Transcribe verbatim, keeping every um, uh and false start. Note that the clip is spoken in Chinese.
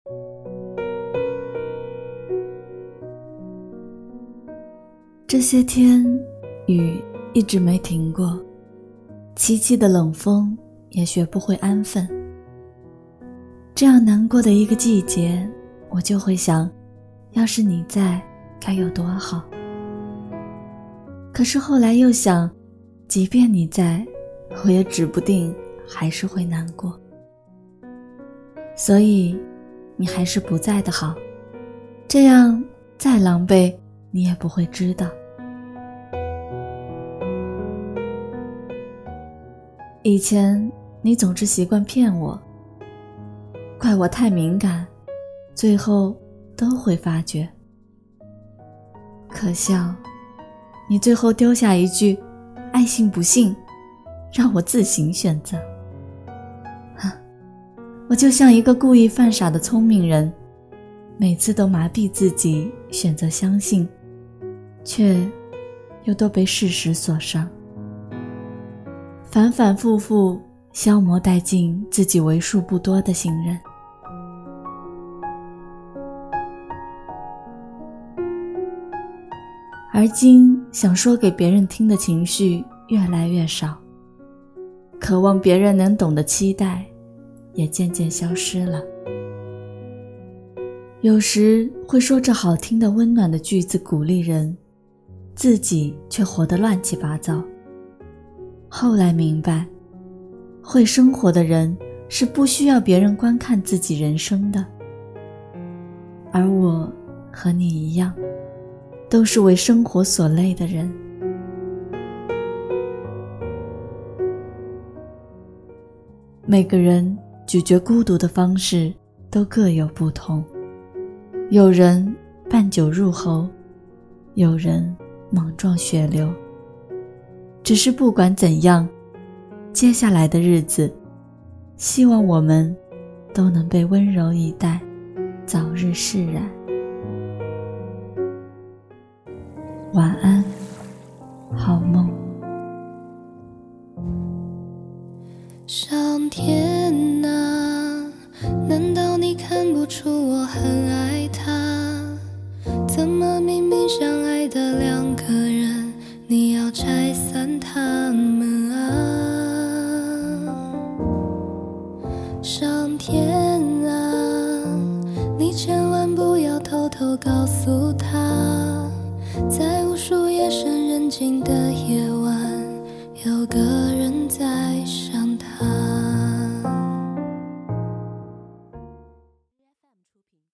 这些天雨一直没停过，凄凄的冷风也学不会安分。这样难过的一个季节，我就会想，要是你在该有多好。可是后来又想，即便你在，我也指不定还是会难过。所以你还是不在的好，这样再狼狈你也不会知道。以前你总是习惯骗我，怪我太敏感，最后都会发觉。可笑，你最后丢下一句爱信不信，让我自行选择。我就像一个故意犯傻的聪明人，每次都麻痹自己选择相信，却又都被事实所伤，反反复复消磨殆尽自己为数不多的信任。而今想说给别人听的情绪越来越少，渴望别人能懂的期待也渐渐消失了。有时会说着好听的温暖的句子鼓励人，自己却活得乱七八糟。后来明白，会生活的人是不需要别人观看自己人生的。而我和你一样，都是为生活所累的人。每个人咀嚼孤独的方式都各有不同，有人半酒入喉，有人莽撞血流。只是不管怎样，接下来的日子，希望我们都能被温柔以待，早日释然。晚安，好梦。 上天啊，难道你看不出我很爱他？怎么明明相爱的两个人，你要拆散他们啊？上天啊，你千万不要偷偷告诉他，在无数夜深人静的